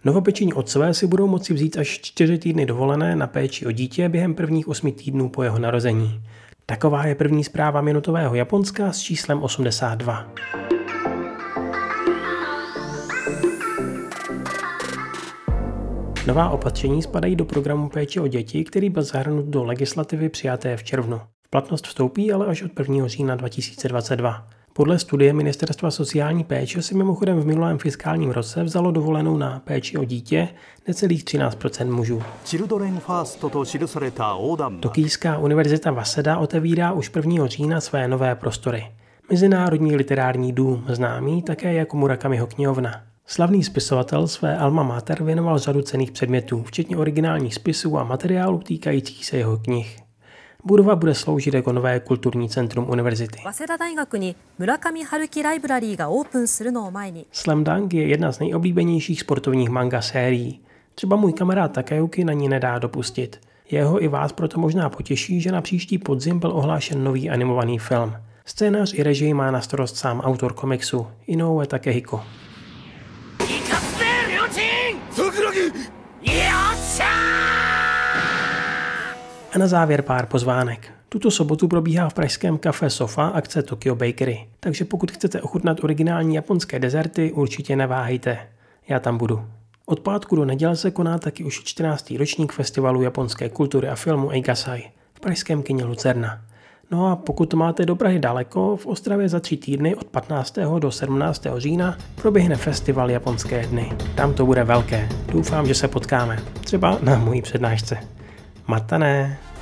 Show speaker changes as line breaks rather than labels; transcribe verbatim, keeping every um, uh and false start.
Novopečení otcové si budou moci vzít až čtyři týdny dovolené na péči o dítě během prvních osmi týdnů po jeho narození. Taková je první zpráva minutového Japonska s číslem osmdesát dva. Nová opatření spadají do programu péče o děti, který byl zahrnut do legislativy přijaté v červnu. V platnost vstoupí ale až od prvního října dva tisíce dvacet dva. Podle studie Ministerstva sociální péče si mimochodem v minulém fiskálním roce vzalo dovolenou na péči o dítě necelých třináct procent mužů. Tokijská univerzita Waseda otevírá už prvního října své nové prostory. Mezinárodní literární dům, známý také jako Murakamiho knihovna. Slavný spisovatel své alma mater věnoval řadu cenných předmětů, včetně originálních spisů a materiálů týkajících se jeho knih. Budova bude sloužit jako nové kulturní centrum univerzity. Slam Dunk je jedna z nejoblíbenějších sportovních manga sérií. Třeba můj kamarád Takeuki na ní nedá dopustit. Jeho i vás proto možná potěší, že na příští podzim byl ohlášen nový animovaný film. Scénář i režii má na starost sám autor komiksu Inoue Takehiko. A na závěr pár pozvánek. Tuto sobotu probíhá v pražském kafe Sofa akce Tokyo Bakery, takže pokud chcete ochutnat originální japonské dezerty, určitě neváhejte. Já tam budu. Od pátku do neděle se koná taky už čtrnáctý ročník festivalu japonské kultury a filmu Eigasai v pražském kině Lucerna. No a pokud to máte do Prahy daleko, v Ostravě za tři týdny od patnáctého do sedmnáctého října proběhne festival Japonské dny. Tam to bude velké. Doufám, že se potkáme. Třeba na mojí přednášce. Matané!